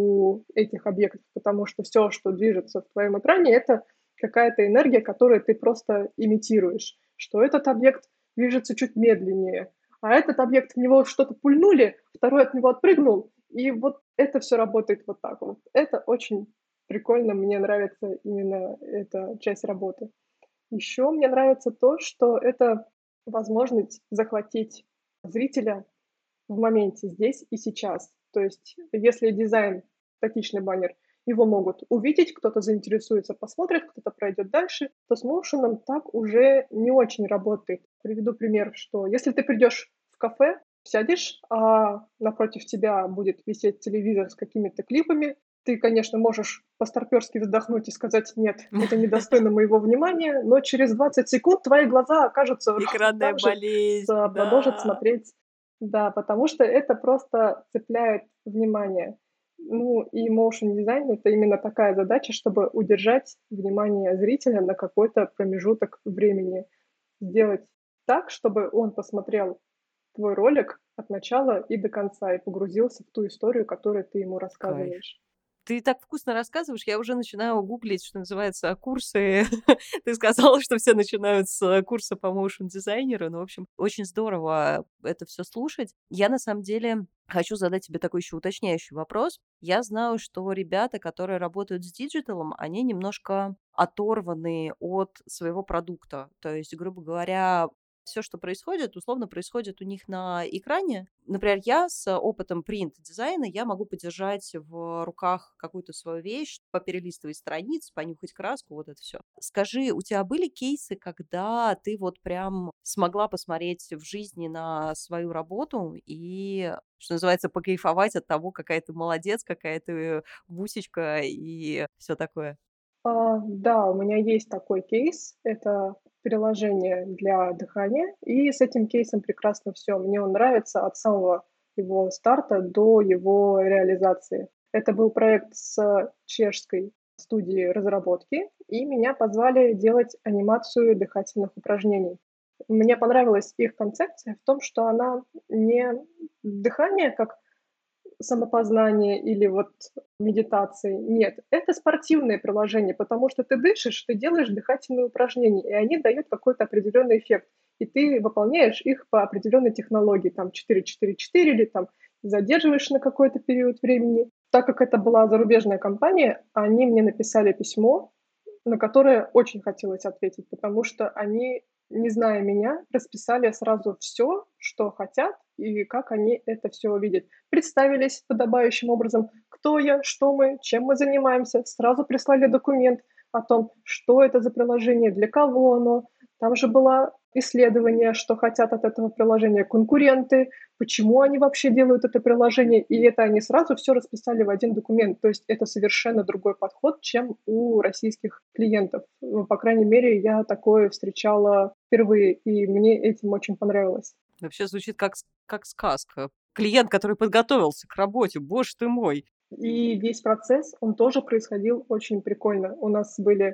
S2: у этих объектов, потому что все, что движется в твоем экране, это какая-то энергия, которую ты просто имитируешь, что этот объект движется чуть медленнее, а этот объект, в него что-то пульнули, второй от него отпрыгнул, и вот это все работает вот так вот. Это очень прикольно, мне нравится именно эта часть работы. Еще мне нравится то, что это возможность захватить зрителя в моменте, здесь и сейчас. То есть, если дизайн, статичный баннер, его могут увидеть, кто-то заинтересуется, посмотрит, кто-то пройдет дальше, то с моушеном так уже не очень работает. Приведу пример, что если ты придешь в кафе, сядешь, а напротив тебя будет висеть телевизор с какими-то клипами, ты, конечно, можешь по-старпёрски вздохнуть и сказать: "Нет, это недостойно моего внимания", но через 20 секунд твои глаза окажутся ровно
S1: Экранная
S2: там же,
S1: болезнь,
S2: продолжат
S1: да.
S2: смотреть. Да, потому что это просто цепляет внимание. Ну, и motion дизайн — это именно такая задача, чтобы удержать внимание зрителя на какой-то промежуток времени. Сделать так, чтобы он посмотрел твой ролик от начала и до конца и погрузился в ту историю, которую ты ему
S1: Кайф.
S2: рассказываешь.
S1: Ты так вкусно рассказываешь, я уже начинаю гуглить, что называется, курсы. Ты сказала, что все начинают с курса по моушн-дизайнеру. Ну, в общем, очень здорово это все слушать. Я, на самом деле, хочу задать тебе такой еще уточняющий вопрос. Я знаю, что ребята, которые работают с диджиталом, они немножко оторваны от своего продукта. То есть, грубо говоря, все, что происходит, условно происходит у них на экране. Например, я с опытом принт-дизайна, я могу подержать в руках какую-то свою вещь, поперелистывать страниц, понюхать краску, вот это все. Скажи, у тебя были кейсы, когда ты вот прям смогла посмотреть в жизни на свою работу и, что называется, покайфовать от того, какая ты молодец, какая ты бусечка и все такое?
S2: Да, у меня есть такой кейс. Это приложение для дыхания, и с этим кейсом прекрасно все. Мне он нравится от самого его старта до его реализации. Это был проект с чешской студией разработки, и меня позвали делать анимацию дыхательных упражнений. Мне понравилась их концепция в том, что она не дыхание как самопознание или вот медитации. Нет, это спортивное приложение, потому что ты дышишь, ты делаешь дыхательные упражнения, и они дают какой-то определенный эффект. И ты выполняешь их по определенной технологии, там 4-4-4 или там задерживаешь на какой-то период времени. Так как это была зарубежная компания, они мне написали письмо, на которое очень хотелось ответить, потому что они, не зная меня, расписали сразу все, что хотят и как они это все видят. Представились подобающим образом, кто я, что мы, чем мы занимаемся. Сразу прислали документ о том, что это за приложение, для кого оно. Там же было исследование, что хотят от этого приложения конкуренты, почему они вообще делают это приложение, и это они сразу все расписали в один документ. То есть это совершенно другой подход, чем у российских клиентов. Ну, по крайней мере, я такое встречала впервые, и мне этим очень понравилось.
S1: Вообще звучит как сказка. Клиент, который подготовился к работе, боже ты мой.
S2: И весь процесс, он тоже происходил очень прикольно. У нас были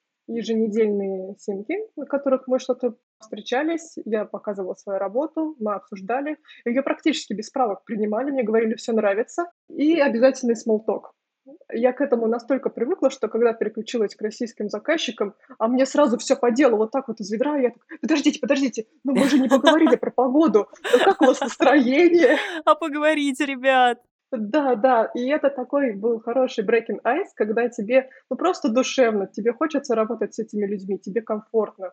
S2: еженедельные симки, на которых мы что-то встречались, я показывала свою работу, мы обсуждали. Ее практически без правок принимали, мне говорили: все нравится. И обязательный смолток. Я к этому настолько привыкла, что когда переключилась к российским заказчикам, а мне сразу все по делу, вот так вот из ведра, я так: "Подождите, подождите, ну мы же не поговорили про погоду. Как у вас настроение?"
S1: А поговорите, ребят.
S2: Да, да, и это такой был хороший breaking ice, когда тебе, ну, просто душевно, тебе хочется работать с этими людьми, тебе комфортно.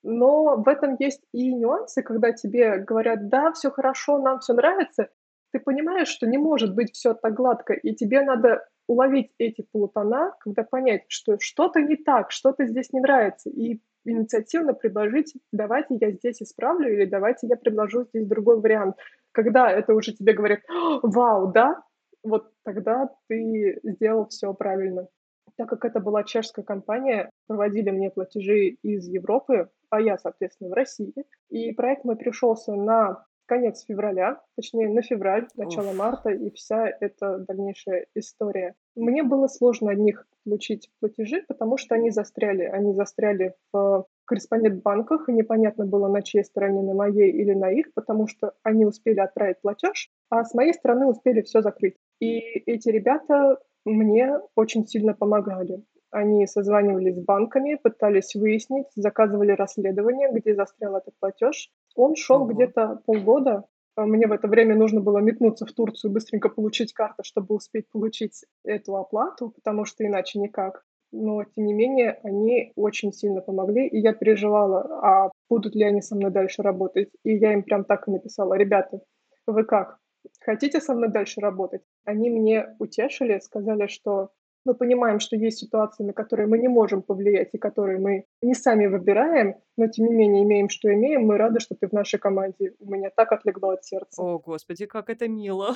S2: Но в этом есть и нюансы, когда тебе говорят: "Да, все хорошо, нам все нравится". Ты понимаешь, что не может быть все так гладко, и тебе надо уловить эти полутона, когда понять, что что-то не так, что-то здесь не нравится, и инициативно предложить: "Давайте я здесь исправлю" или "Давайте я предложу здесь другой вариант". Когда это уже тебе говорят: "Вау, да?" Вот тогда ты сделал все правильно. Так как это была чешская компания, проводили мне платежи из Европы, а я, соответственно, в России. И проект мой пришелся на конец февраля, точнее, на февраль, начало
S1: Уф.
S2: марта и вся эта дальнейшая история. Мне было сложно от них получить платежи, потому что они застряли. Они застряли в корреспондент-банках, и непонятно было, на чьей стороне, на моей или на их, потому что они успели отправить платеж, а с моей стороны успели все закрыть. И эти ребята мне очень сильно помогали. Они созванивались с банками, пытались выяснить, заказывали расследование, где застрял этот платеж. Он шел
S1: Ого.
S2: где-то полгода. Мне в это время нужно было метнуться в Турцию, быстренько получить карту, чтобы успеть получить эту оплату, потому что иначе никак. Но, тем не менее, они очень сильно помогли, и я переживала, а будут ли они со мной дальше работать. И я им прям так и написала: "Ребята, вы как? Хотите со мной дальше работать?" Они мне утешили, сказали, что мы понимаем, что есть ситуации, на которые мы не можем повлиять и которые мы не сами выбираем, но тем не менее имеем, что имеем. Мы рады, что ты в нашей команде. У меня так отлегло от сердца.
S1: О, господи, как это мило.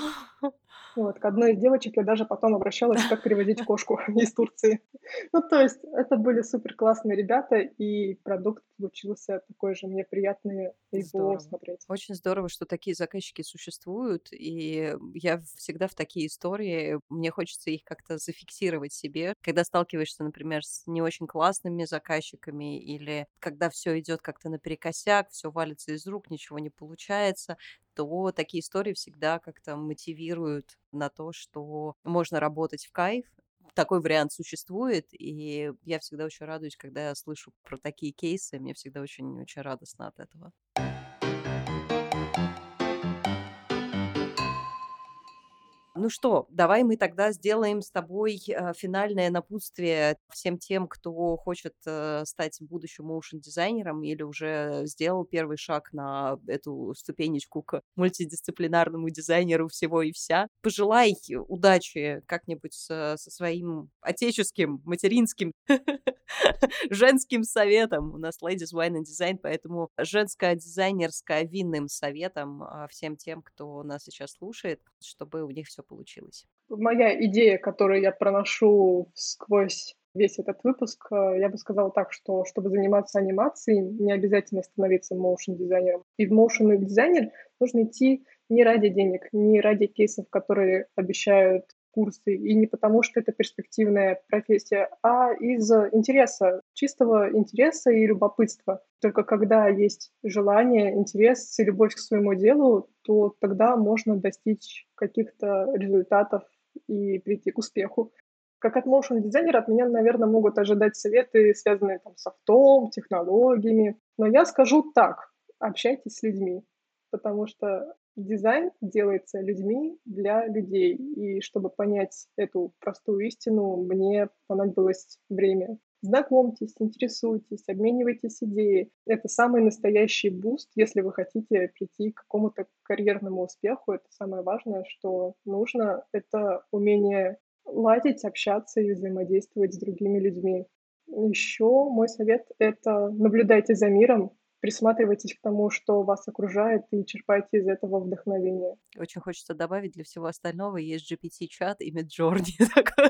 S2: Вот, к одной из девочек я даже потом обращалась, как переводить кошку из Турции. Ну, то есть это были супер классные ребята, и продукт получился такой же. Мне приятно его
S1: Здорово.
S2: смотреть.
S1: Очень здорово, что такие заказчики существуют, и я всегда в такие истории, мне хочется их как-то зафиксировать себе. Когда сталкиваешься, например, с не очень классными заказчиками или когда все идет как-то наперекосяк, все валится из рук, ничего не получается, то такие истории всегда как-то мотивируют на то, что можно работать в кайф. Такой вариант существует, и я всегда очень радуюсь, когда я слышу про такие кейсы. Мне всегда очень-очень радостно от этого. Ну что, давай мы тогда сделаем с тобой финальное напутствие всем тем, кто хочет стать будущим моушн-дизайнером или уже сделал первый шаг на эту ступенечку к мультидисциплинарному дизайнеру всего и вся. Пожелай удачи как-нибудь со своим отеческим, материнским, женским советом. У нас Ladies Wine and Design, поэтому женско-дизайнерско винным советом всем тем, кто нас сейчас слушает, чтобы у них все получилось.
S2: Моя идея, которую я проношу сквозь весь этот выпуск, я бы сказала так, что чтобы заниматься анимацией, не обязательно становиться моушн-дизайнером. И в моушн-дизайнер нужно идти не ради денег, не ради кейсов, которые обещают курсы, и не потому, что это перспективная профессия, а из интереса, чистого интереса и любопытства. Только когда есть желание, интерес и любовь к своему делу, то тогда можно достичь каких-то результатов и прийти к успеху. Как от моушн-дизайнера от меня, наверное, могут ожидать советы, связанные там, с софтом, технологиями. Но я скажу так: общайтесь с людьми, потому что дизайн делается людьми для людей. И чтобы понять эту простую истину, мне понадобилось время. Знакомьтесь, интересуйтесь, обменивайтесь идеей. Это самый настоящий буст, если вы хотите прийти к какому-то карьерному успеху. Это самое важное, что нужно. Это умение ладить, общаться и взаимодействовать с другими людьми. Еще мой совет — это наблюдайте за миром, присматривайтесь к тому, что вас окружает, и черпайте из этого вдохновение.
S1: Очень хочется добавить, для всего остального есть GPT-чат и Midjourney. такой.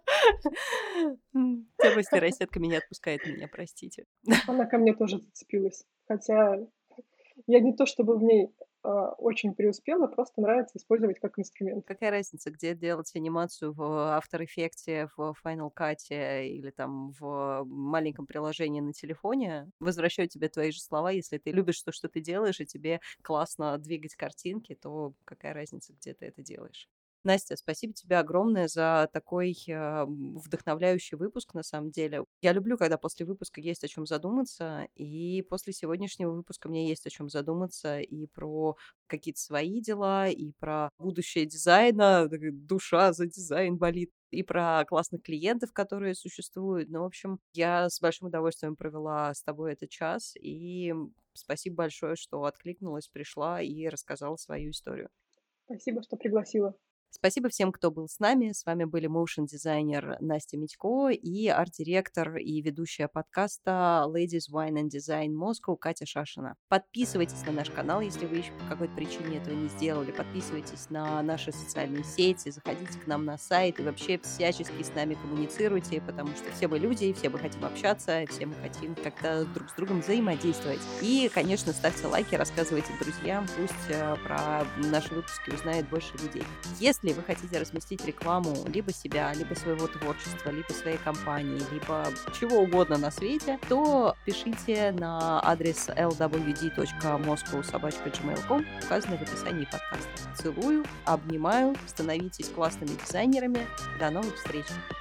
S1: Тема с нейросетками не отпускает меня, простите.
S2: Она ко мне тоже зацепилась. Хотя я не то чтобы в ней очень преуспела, просто нравится использовать как инструмент.
S1: Какая разница, где делать анимацию в After Effects, в Final Cut или там в маленьком приложении на телефоне? Возвращаю тебе твои же слова. Если ты любишь то, что ты делаешь, и тебе классно двигать картинки, то какая разница, где ты это делаешь? Настя, спасибо тебе огромное за такой вдохновляющий выпуск, на самом деле. Я люблю, когда после выпуска есть о чем задуматься, и после сегодняшнего выпуска мне есть о чем задуматься и про какие-то свои дела, и про будущее дизайна, такая душа за дизайн болит, и про классных клиентов, которые существуют. Ну, в общем, я с большим удовольствием провела с тобой этот час, и спасибо большое, что откликнулась, пришла и рассказала свою историю.
S2: Спасибо, что пригласила.
S1: Спасибо всем, кто был с нами. С вами были моушн-дизайнер Настя Митько и арт-директор и ведущая подкаста Ladies Wine and Design Moscow Катя Шашина. Подписывайтесь на наш канал, если вы еще по какой-то причине этого не сделали. Подписывайтесь на наши социальные сети, заходите к нам на сайт и вообще всячески с нами коммуницируйте, потому что все мы люди, все мы хотим общаться, все мы хотим как-то друг с другом взаимодействовать. И, конечно, ставьте лайки, рассказывайте друзьям, пусть про наши выпуски узнает больше людей. Если вы хотите разместить рекламу либо себя, либо своего творчества, либо своей компании, либо чего угодно на свете, то пишите на адрес lwd.moscow@gmail.com, указанный в описании подкаста. Целую, обнимаю, становитесь классными дизайнерами. До новых встреч!